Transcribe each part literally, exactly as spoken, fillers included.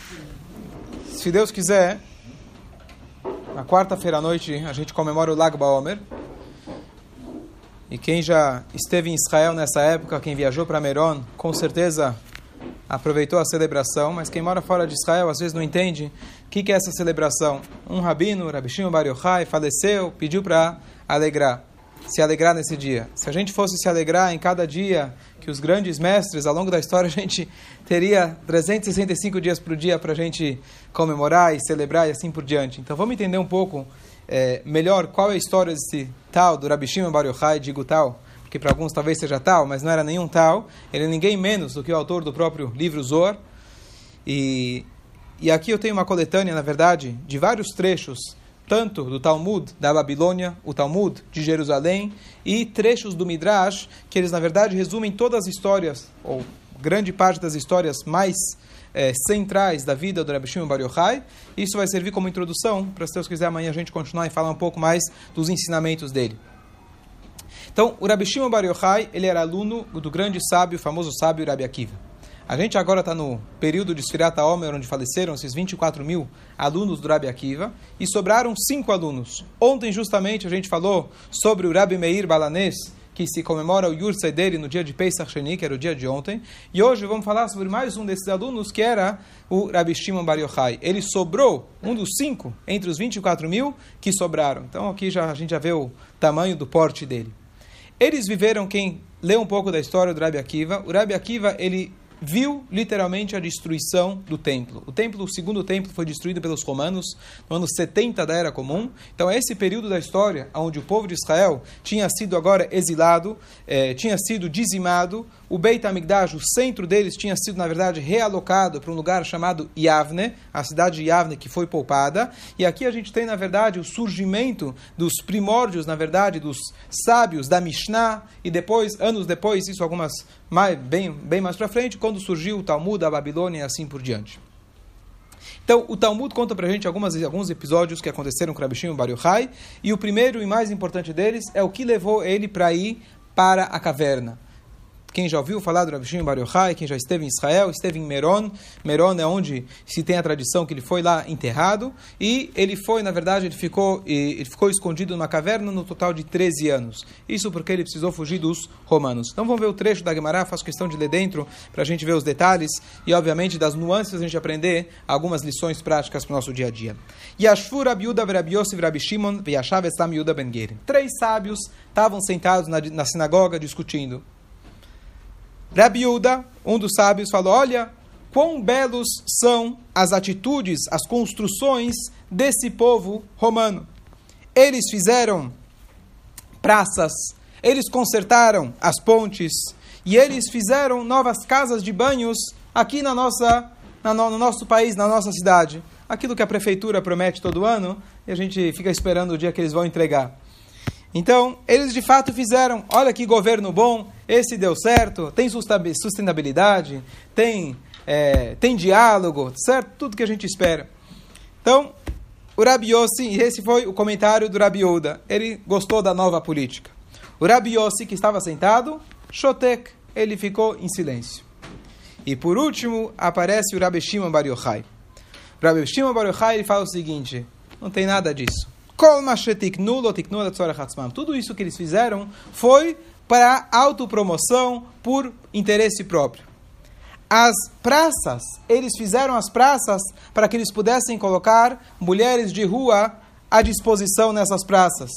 Se Deus quiser, na quarta-feira à noite a gente comemora o Lag BaOmer. E quem já esteve em Israel nessa época, quem viajou para Meron, com certeza aproveitou a celebração. Mas quem mora fora de Israel às vezes não entende o que, que é essa celebração. Um rabino, Rabi Shimon Bar Yochai, faleceu, pediu para alegrar, se alegrar nesse dia. Se a gente fosse se alegrar em cada dia que os grandes mestres, ao longo da história, a gente teria trezentos e sessenta e cinco dias por dia para a gente comemorar e celebrar e assim por diante. Então vamos entender um pouco é, melhor qual é a história desse tal do Rabi Shimon Bar Yochai, digo tal, porque para alguns talvez seja tal, mas não era nenhum tal. Ele é ninguém menos do que o autor do próprio livro Zohar. E, e aqui eu tenho uma coletânea, na verdade, de vários trechos, tanto do Talmud da Babilônia, o Talmud de Jerusalém, e trechos do Midrash, que eles, na verdade, resumem todas as histórias, ou grande parte das histórias mais é, centrais da vida do Rabi Shimon Bar Yochai. Isso vai servir como introdução, para, se Deus quiser, amanhã a gente continuar e falar um pouco mais dos ensinamentos dele. Então, o Rabi Shimon Bar Yochai, ele era aluno do grande sábio, famoso sábio Rabi Akiva. A gente agora está no período de Sfirat HaOmer, onde faleceram esses vinte e quatro mil alunos do Rabi Akiva, e sobraram cinco alunos. Ontem, justamente, a gente falou sobre o Rabi Meir Balanés, que se comemora o Yurtzeit dele no dia de Pesach Sheni, que era o dia de ontem. E hoje vamos falar sobre mais um desses alunos, que era o Rabi Shimon Bar Yochai. Ele sobrou, um dos cinco, entre os vinte e quatro mil que sobraram. Então aqui já, a gente já vê o tamanho do porte dele. Eles viveram, quem lê um pouco da história do Rabi Akiva, o Rabi Akiva, ele viu literalmente a destruição do templo. O templo, o segundo templo, foi destruído pelos romanos no ano setenta da Era Comum. Então, é esse período da história onde o povo de Israel tinha sido agora exilado, eh, tinha sido dizimado. O Beit HaMikdash, o centro deles, tinha sido, na verdade, realocado para um lugar chamado Yavne, a cidade de Yavne, que foi poupada. E aqui a gente tem, na verdade, o surgimento dos primórdios, na verdade, dos sábios da Mishnah. E depois, anos depois, isso algumas mais, bem, bem mais para frente, quando surgiu o Talmud da Babilônia e assim por diante. Então, o Talmud conta para a gente algumas, alguns episódios que aconteceram com Rabi Shimon Bar Yochai. E o primeiro e mais importante deles é o que levou ele para ir para a caverna. Quem já ouviu falar do Rabi Shimon Bar Yochai, quem já esteve em Israel, esteve em Meron. Meron é onde se tem a tradição que ele foi lá enterrado. E ele foi, na verdade, ele ficou, ele ficou escondido numa caverna no total de treze anos. Isso porque ele precisou fugir dos romanos. Então vamos ver o trecho da Gemara, faço questão de ler dentro para a gente ver os detalhes e, obviamente, das nuances a gente aprender algumas lições práticas para o nosso dia a dia. Yashvu Rabi Yehuda Rabi Yossi Rabi Shimon v'yashav etzam Yehuda ben Geri. Três sábios estavam sentados na, na sinagoga discutindo. Rabi Yehuda, um dos sábios, falou: olha, quão belos são as atitudes, as construções desse povo romano. Eles fizeram praças, eles consertaram as pontes, e eles fizeram novas casas de banhos aqui na nossa, na, no nosso país, na nossa cidade. Aquilo que a prefeitura promete todo ano, e a gente fica esperando o dia que eles vão entregar. Então, eles de fato fizeram, olha que governo bom, esse deu certo, tem sustentabilidade, tem, é, tem diálogo, certo? Tudo que a gente espera. Então, o Rabi Yossi, e esse foi o comentário do Rabi Yehuda, ele gostou da nova política. O Rabi Yossi, que estava sentado, shotek, ele ficou em silêncio. E por último, aparece o Rabi Shimon Bar Yochai. O Rabi Shimon Bar Yochai, ele fala o seguinte: não tem nada disso. Tudo isso que eles fizeram foi para autopromoção por interesse próprio. As praças, eles fizeram as praças para que eles pudessem colocar mulheres de rua à disposição nessas praças.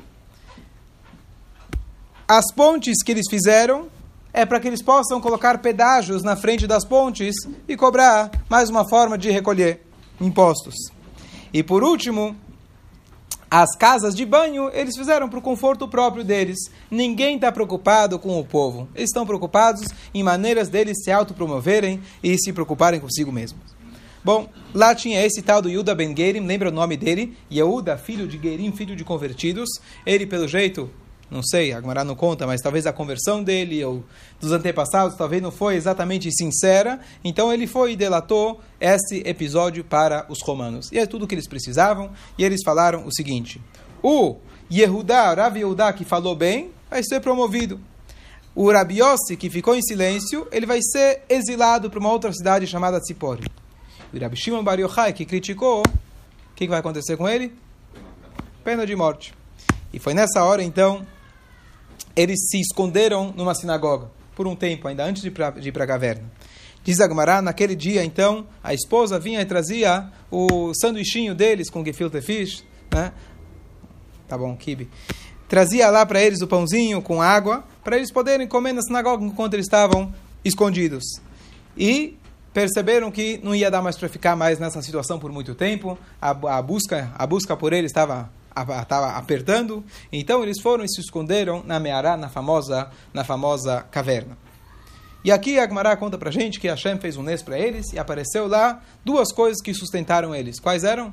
As pontes que eles fizeram é para que eles possam colocar pedágios na frente das pontes e cobrar mais uma forma de recolher impostos. E por último, as casas de banho, eles fizeram para o conforto próprio deles. Ninguém está preocupado com o povo. Eles estão preocupados em maneiras deles se autopromoverem e se preocuparem consigo mesmos. Bom, lá tinha esse tal do Yehuda ben Gerim, lembra o nome dele? Yehuda, filho de Gerim, filho de convertidos. Ele, pelo jeito, não sei, a Gemara não conta, mas talvez a conversão dele ou dos antepassados talvez não foi exatamente sincera. Então ele foi e delatou esse episódio para os romanos. E é tudo o que eles precisavam. E eles falaram o seguinte: o Yehuda, Rabi Yehuda, que falou bem, vai ser promovido. O Rabi Yossi, que ficou em silêncio, ele vai ser exilado para uma outra cidade chamada Tzipori. E Rabi Shimon Bar Yochai, que criticou, o que, que vai acontecer com ele? Pena de morte. E foi nessa hora, então, eles se esconderam numa sinagoga, por um tempo, ainda antes de ir para a caverna. Diz a Gemara, naquele dia, então, a esposa vinha e trazia o sanduichinho deles com gefilte fish, né? Tá bom, kibe. Trazia lá para eles o pãozinho com água, para eles poderem comer na sinagoga enquanto eles estavam escondidos. E perceberam que não ia dar mais para ficar mais nessa situação por muito tempo. A, a, busca, a busca por eles estava, estava apertando. Então eles foram e se esconderam na Meará, na famosa, na famosa caverna. E aqui a Gemara conta para a gente que Hashem fez um nes para eles e apareceu lá duas coisas que sustentaram eles. Quais eram?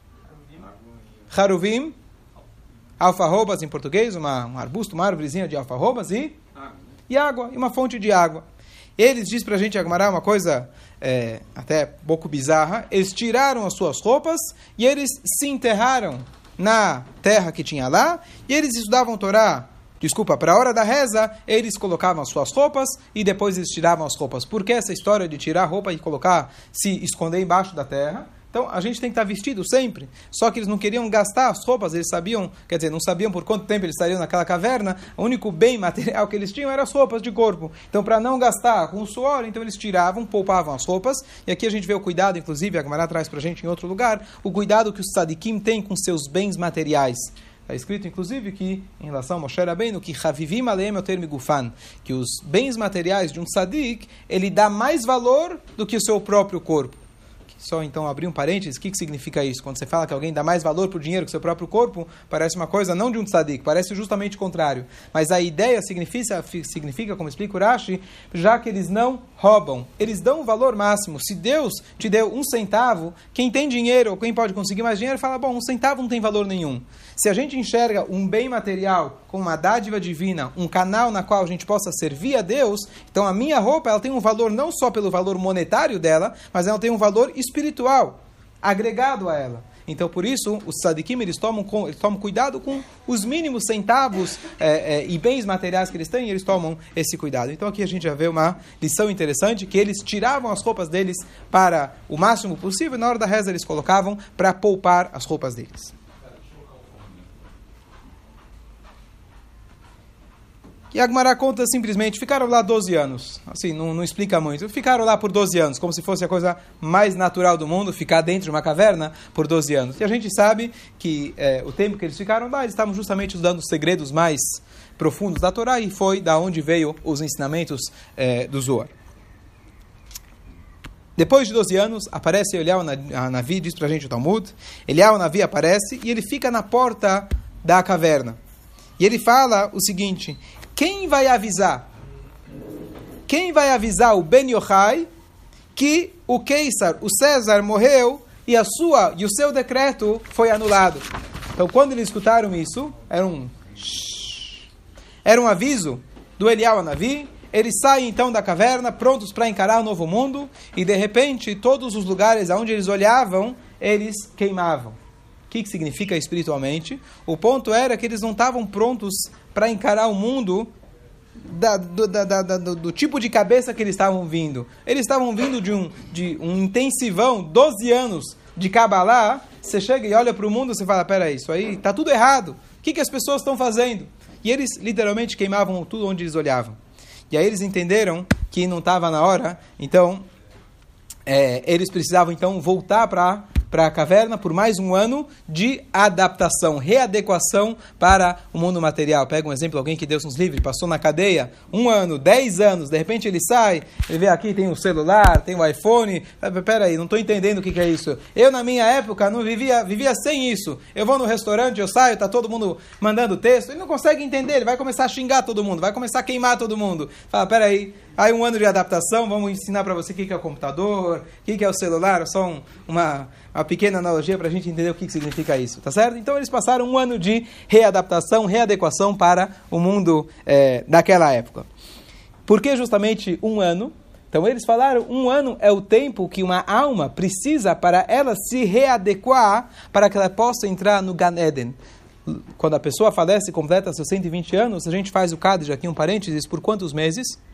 Haruvim, alfarrobas em português, uma, um arbusto, uma árvorezinha de alfarrobas e, e água, e uma fonte de água. Eles, diz para a gente, a Gemara, uma coisa é, até pouco bizarra, eles tiraram as suas roupas e eles se enterraram na terra que tinha lá, e eles estudavam Torá, desculpa, para a hora da reza, eles colocavam as suas roupas e depois eles tiravam as roupas. Por que essa história de tirar a roupa e colocar, se esconder embaixo da terra? Então, a gente tem que estar vestido sempre. Só que eles não queriam gastar as roupas, eles sabiam, quer dizer, não sabiam por quanto tempo eles estariam naquela caverna. O único bem material que eles tinham eram as roupas de corpo. Então, para não gastar com o suor, então eles tiravam, poupavam as roupas. E aqui a gente vê o cuidado, inclusive, a Gemara traz para a gente em outro lugar, o cuidado que os tzadikim têm com seus bens materiais. Está escrito, inclusive, que, em relação a Moshe Rabbeinu, que Chavivim aleim yoter migufan, que os bens materiais de um tzadik, ele dá mais valor do que o seu próprio corpo. Só então abrir um parênteses, o que, que significa isso? Quando você fala que alguém dá mais valor para o dinheiro que o seu próprio corpo, parece uma coisa não de um tzadik, parece justamente o contrário. Mas a ideia significa, significa, como explica o Rashi, já que eles não roubam, eles dão um valor máximo. Se Deus te deu um centavo, quem tem dinheiro ou quem pode conseguir mais dinheiro, fala, bom, um centavo não tem valor nenhum. Se a gente enxerga um bem material como uma dádiva divina, um canal na qual a gente possa servir a Deus, então a minha roupa ela tem um valor não só pelo valor monetário dela, mas ela tem um valor espiritual agregado a ela. Então, por isso, os tzadikim, eles tomam, eles tomam cuidado com os mínimos centavos é, é, e bens materiais que eles têm, e eles tomam esse cuidado. Então, aqui a gente já vê uma lição interessante, que eles tiravam as roupas deles para o máximo possível, e na hora da reza eles colocavam para poupar as roupas deles. E a Gemara conta simplesmente, ficaram lá doze anos. Assim, não, não explica muito. Ficaram lá por doze anos, como se fosse a coisa mais natural do mundo, ficar dentro de uma caverna por doze anos. E a gente sabe que é, o tempo que eles ficaram lá, eles estavam justamente estudando os segredos mais profundos da Torá, e foi da onde veio os ensinamentos é, do Zohar. Depois de doze anos, aparece Eliyahu Navi, diz pra gente o Talmud, Eliyahu Navi aparece e ele fica na porta da caverna. E ele fala o seguinte: quem vai avisar? Quem vai avisar o Ben Yochai que o Keiser, o César, morreu e, a sua, e o seu decreto foi anulado? Então, quando eles escutaram isso, era um, era um aviso do Eliyahu Navi. Eles saem então da caverna, prontos para encarar o novo mundo, e de repente, todos os lugares aonde eles olhavam, eles queimavam. O que, que significa espiritualmente? O ponto era que eles não estavam prontos para encarar o mundo da, do, da, da, do, do tipo de cabeça que eles estavam vindo. Eles estavam vindo de um, de um intensivão, doze anos de Kabbalah. Você chega e olha para o mundo e você fala, peraí, isso aí está tudo errado. O que, que as pessoas estão fazendo? E eles literalmente queimavam tudo onde eles olhavam. E aí eles entenderam que não estava na hora, então é, eles precisavam então voltar para para a caverna por mais um ano de adaptação, readequação para o mundo material. Pega um exemplo, alguém que Deus nos livre, passou na cadeia um ano, dez anos, de repente ele sai, ele vê aqui, tem o celular, tem o iPhone, peraí, não estou entendendo o que, que é isso. Eu, na minha época, não vivia, vivia sem isso. Eu vou no restaurante, eu saio, está todo mundo mandando texto, ele não consegue entender, ele vai começar a xingar todo mundo, vai começar a queimar todo mundo. Fala, peraí, aí um ano de adaptação, vamos ensinar para você o que, que é o computador, o que, que é o celular, só um, uma... uma pequena analogia para a gente entender o que significa isso, tá certo? Então eles passaram um ano de readaptação, readequação para o mundo é, daquela época. Por que justamente um ano? Então eles falaram, um ano é o tempo que uma alma precisa para ela se readequar, para que ela possa entrar no Gan Eden. Quando a pessoa falece e completa seus cento e vinte anos, a gente faz o Kaddish, aqui um parênteses, por quantos meses?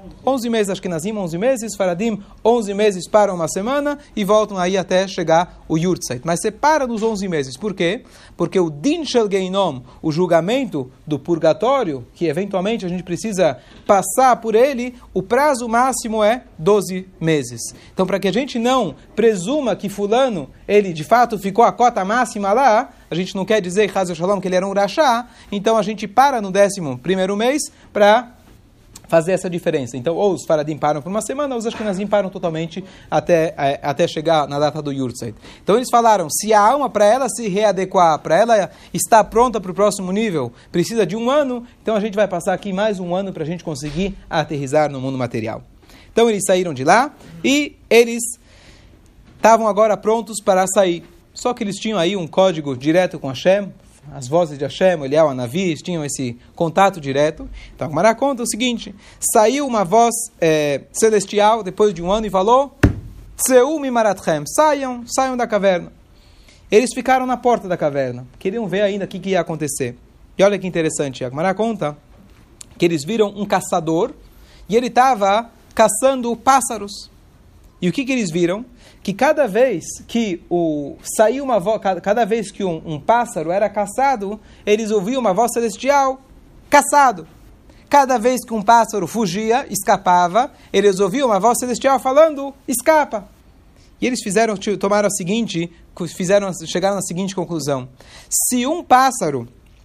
onze meses Ashkenazim, onze meses, Faradim, onze meses para uma semana e voltam aí até chegar o Yurtzeit. Mas separa nos onze meses. Por quê? Porque o Din Shel Geinom, o julgamento do purgatório, que eventualmente a gente precisa passar por ele, o prazo máximo é doze meses. Então, para que a gente não presuma que fulano, ele de fato ficou a cota máxima lá, a gente não quer dizer, Chaz Shalom, que ele era um rachá, então a gente para no décimo primeiro mês para fazer essa diferença. Então, ou os Faradim param por uma semana, ou os Ashkenazim param totalmente até, é, até chegar na data do Yurtzeit. Então, eles falaram, se a alma, para ela se readequar, para ela estar pronta para o próximo nível, precisa de um ano, então a gente vai passar aqui mais um ano para a gente conseguir aterrissar no mundo material. Então, eles saíram de lá e eles estavam agora prontos para sair. Só que eles tinham aí um código direto com Hashem, as vozes de Hashem, Eliyahu, Anavi, tinham esse contato direto. Então, a Gemara conta o seguinte, saiu uma voz é, celestial depois de um ano e falou, Tseu mimaratchem, saiam, saiam da caverna. Eles ficaram na porta da caverna, queriam ver ainda o que, que ia acontecer. E olha que interessante, a Gemara conta que eles viram um caçador e ele estava caçando pássaros. E o que, que eles viram? Que cada vez que o, saiu uma voz, cada vez que um, um pássaro era caçado, eles ouviam uma voz celestial, caçado. Cada vez que um pássaro fugia, escapava, eles ouviam uma voz celestial falando, escapa. E eles fizeram, tomaram a seguinte, fizeram, chegaram na seguinte conclusão. Se um pássaro,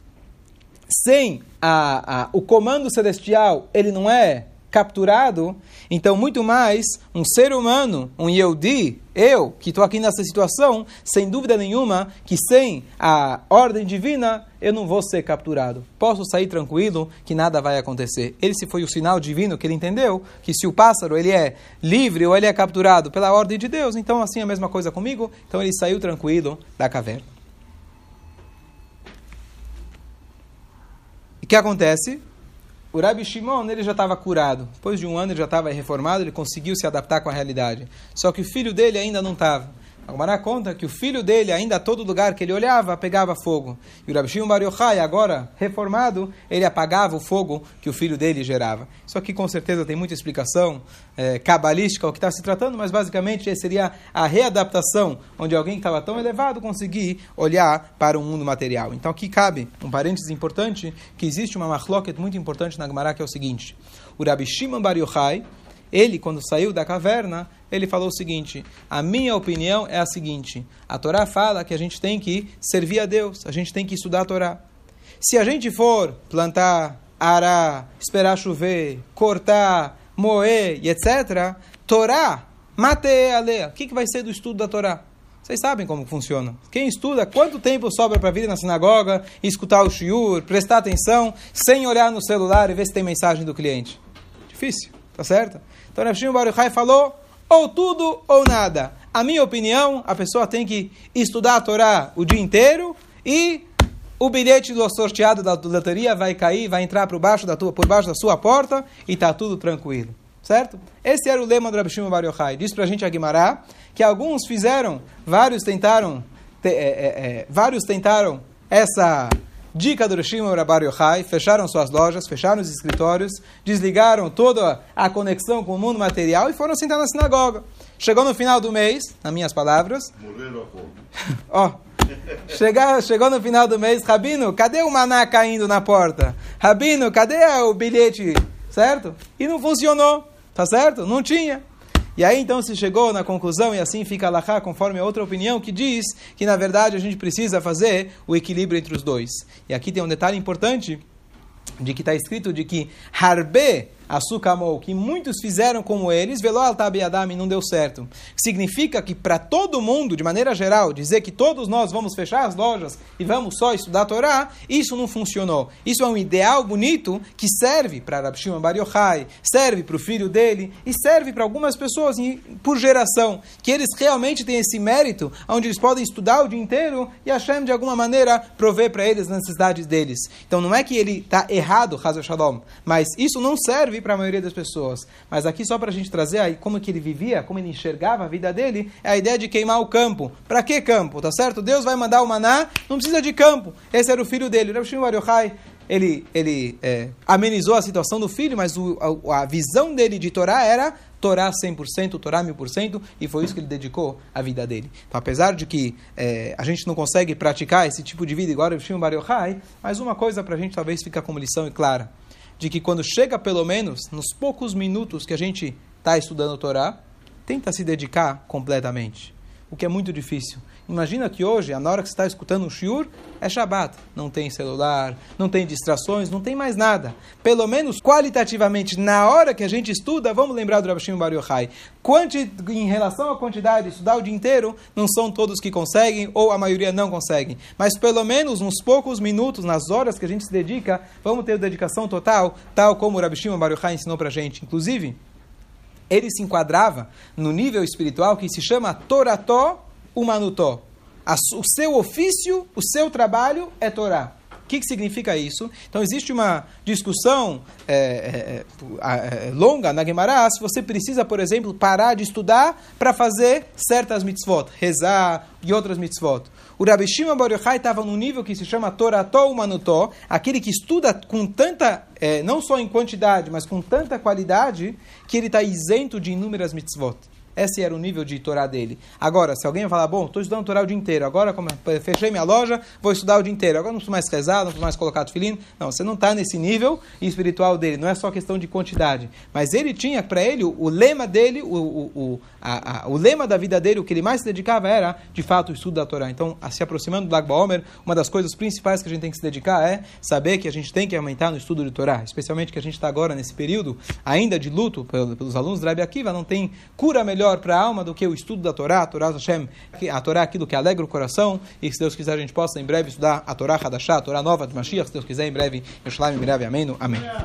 sem a, a, o comando celestial, ele não é capturado, então muito mais um ser humano, um Yehudi, eu, que estou aqui nessa situação, sem dúvida nenhuma, que sem a ordem divina, eu não vou ser capturado. Posso sair tranquilo, que nada vai acontecer. Esse foi o sinal divino que ele entendeu, que se o pássaro ele é livre ou ele é capturado pela ordem de Deus, então assim é a mesma coisa comigo, então ele saiu tranquilo da caverna. E o que acontece? O Rabi Shimon, ele já estava curado. Depois de um ano ele já estava reformado, ele conseguiu se adaptar com a realidade. Só que o filho dele ainda não estava. A Gemara conta que o filho dele, ainda a todo lugar que ele olhava, pegava fogo. E o Rabi Shimon Bar Yochai, agora reformado, ele apagava o fogo que o filho dele gerava. Isso aqui com certeza tem muita explicação é, cabalística ao que está se tratando, mas basicamente essa seria a readaptação, onde alguém que estava tão elevado conseguir olhar para o mundo material. Então aqui cabe um parênteses importante, que existe uma machloket muito importante na Gemara, que é o seguinte. O Rabi Shimon Bar Yochai, ele, quando saiu da caverna, ele falou o seguinte, a minha opinião é a seguinte, a Torá fala que a gente tem que servir a Deus, a gente tem que estudar a Torá. Se a gente for plantar, arar, esperar chover, cortar, moer e etcétera, Torá, matei a lei. O que, que vai ser do estudo da Torá? Vocês sabem como funciona. Quem estuda, quanto tempo sobra para vir na sinagoga, escutar o shiur, prestar atenção, sem olhar no celular e ver se tem mensagem do cliente? Difícil, tá certo? Então, Rabi Shimon Bar Yochai falou, ou tudo ou nada. A minha opinião, a pessoa tem que estudar a Torá o dia inteiro e o bilhete do sorteado da loteria vai cair, vai entrar por baixo da, tua, por baixo da sua porta e está tudo tranquilo. Certo? Esse era o lema do Rabi Shimon Bar Yochai. Diz para a gente a Guimará que alguns fizeram, vários tentaram, te, é, é, é, vários tentaram essa dica do Rabi Shimon Bar Yochai, fecharam suas lojas, fecharam os escritórios, desligaram toda a conexão com o mundo material e foram sentar na sinagoga. Chegou no final do mês, nas minhas palavras, morreram a fome. Ó, chegou, chegou no final do mês, Rabino, cadê o maná caindo na porta? Rabino, cadê o bilhete? Certo? E não funcionou, tá certo? Não tinha. E aí então se chegou na conclusão, e assim fica a Halachá, conforme a outra opinião, que diz que na verdade a gente precisa fazer o equilíbrio entre os dois. E aqui tem um detalhe importante, de que está escrito de que Harbe Asukamou, que muitos fizeram como eles, Velo Altabi Adam, e não deu certo. Significa que para todo mundo, de maneira geral, dizer que todos nós vamos fechar as lojas e vamos só estudar a Torá, isso não funcionou. Isso é um ideal bonito que serve para Rabi Shimon Bar Yochai, serve para o filho dele e serve para algumas pessoas por geração, que eles realmente têm esse mérito, onde eles podem estudar o dia inteiro e Hashem, de alguma maneira, prover para eles as necessidades deles. Então não é que ele está errado, Chaz Shalom, mas isso não serve para a maioria das pessoas. Mas aqui só para a gente trazer aí como que ele vivia, como ele enxergava a vida dele, é a ideia de queimar o campo. Para que campo? Tá certo? Deus vai mandar o maná, não precisa de campo. Esse era o filho dele. O Rabi Shimon Bar Yochai, ele, ele é, amenizou a situação do filho, mas o, a, a visão dele de Torá era Torá cem por cento, Torá mil por cento, e foi isso que ele dedicou a vida dele. Então, apesar de que é, a gente não consegue praticar esse tipo de vida igual o Shimon Bar Yochai, mas uma coisa para a gente talvez fica como lição e clara, de que quando chega pelo menos nos poucos minutos que a gente está estudando Torá, tenta se dedicar completamente, o que é muito difícil. Imagina que hoje, na hora que você está escutando um shiur, é Shabbat. Não tem celular, não tem distrações, não tem mais nada. Pelo menos, qualitativamente, na hora que a gente estuda, vamos lembrar do Rav Shimon Bar Yochai. Quanti, em relação à quantidade, estudar o dia inteiro, não são todos que conseguem, ou a maioria não conseguem. Mas pelo menos, uns poucos minutos, nas horas que a gente se dedica, vamos ter dedicação total, tal como o Rav Shimon Bar Yochai ensinou para a gente. Inclusive, ele se enquadrava no nível espiritual que se chama Torató Umanutó. O seu ofício, o seu trabalho é Torá. O que, que significa isso? Então, existe uma discussão é, é, é, longa na Gemara se você precisa, por exemplo, parar de estudar para fazer certas mitzvot, rezar e outras mitzvot. O Rabi Shimon Bar Yochai estava num nível que se chama Torató Umanutó, aquele que estuda com tanta, é, não só em quantidade, mas com tanta qualidade, que ele está isento de inúmeras mitzvot. Esse era o nível de Torá dele. Agora, se alguém falar, bom, estou estudando Torá o dia inteiro, agora como fechei minha loja, vou estudar o dia inteiro, agora não preciso mais rezar, não preciso mais colocar tefilim. Não, você não está nesse nível espiritual dele, não é só questão de quantidade. Mas ele tinha, para ele, o, o lema dele, o, o, o, a, a, o lema da vida dele, o que ele mais se dedicava era, de fato, o estudo da Torá. Então, se aproximando do Lag BaOmer, uma das coisas principais que a gente tem que se dedicar é saber que a gente tem que aumentar no estudo de Torá, especialmente que a gente está agora nesse período, ainda de luto pelos alunos do Rabi Akiva, não tem cura melhor para a alma do que o estudo da Torá, a Torá Hashem, a Torá é aquilo que alegra o coração, e se Deus quiser a gente possa em breve estudar a Torá Hadashah, a Torá nova de Mashiach, se Deus quiser em breve, Yerushalayim, em breve, amém, amém.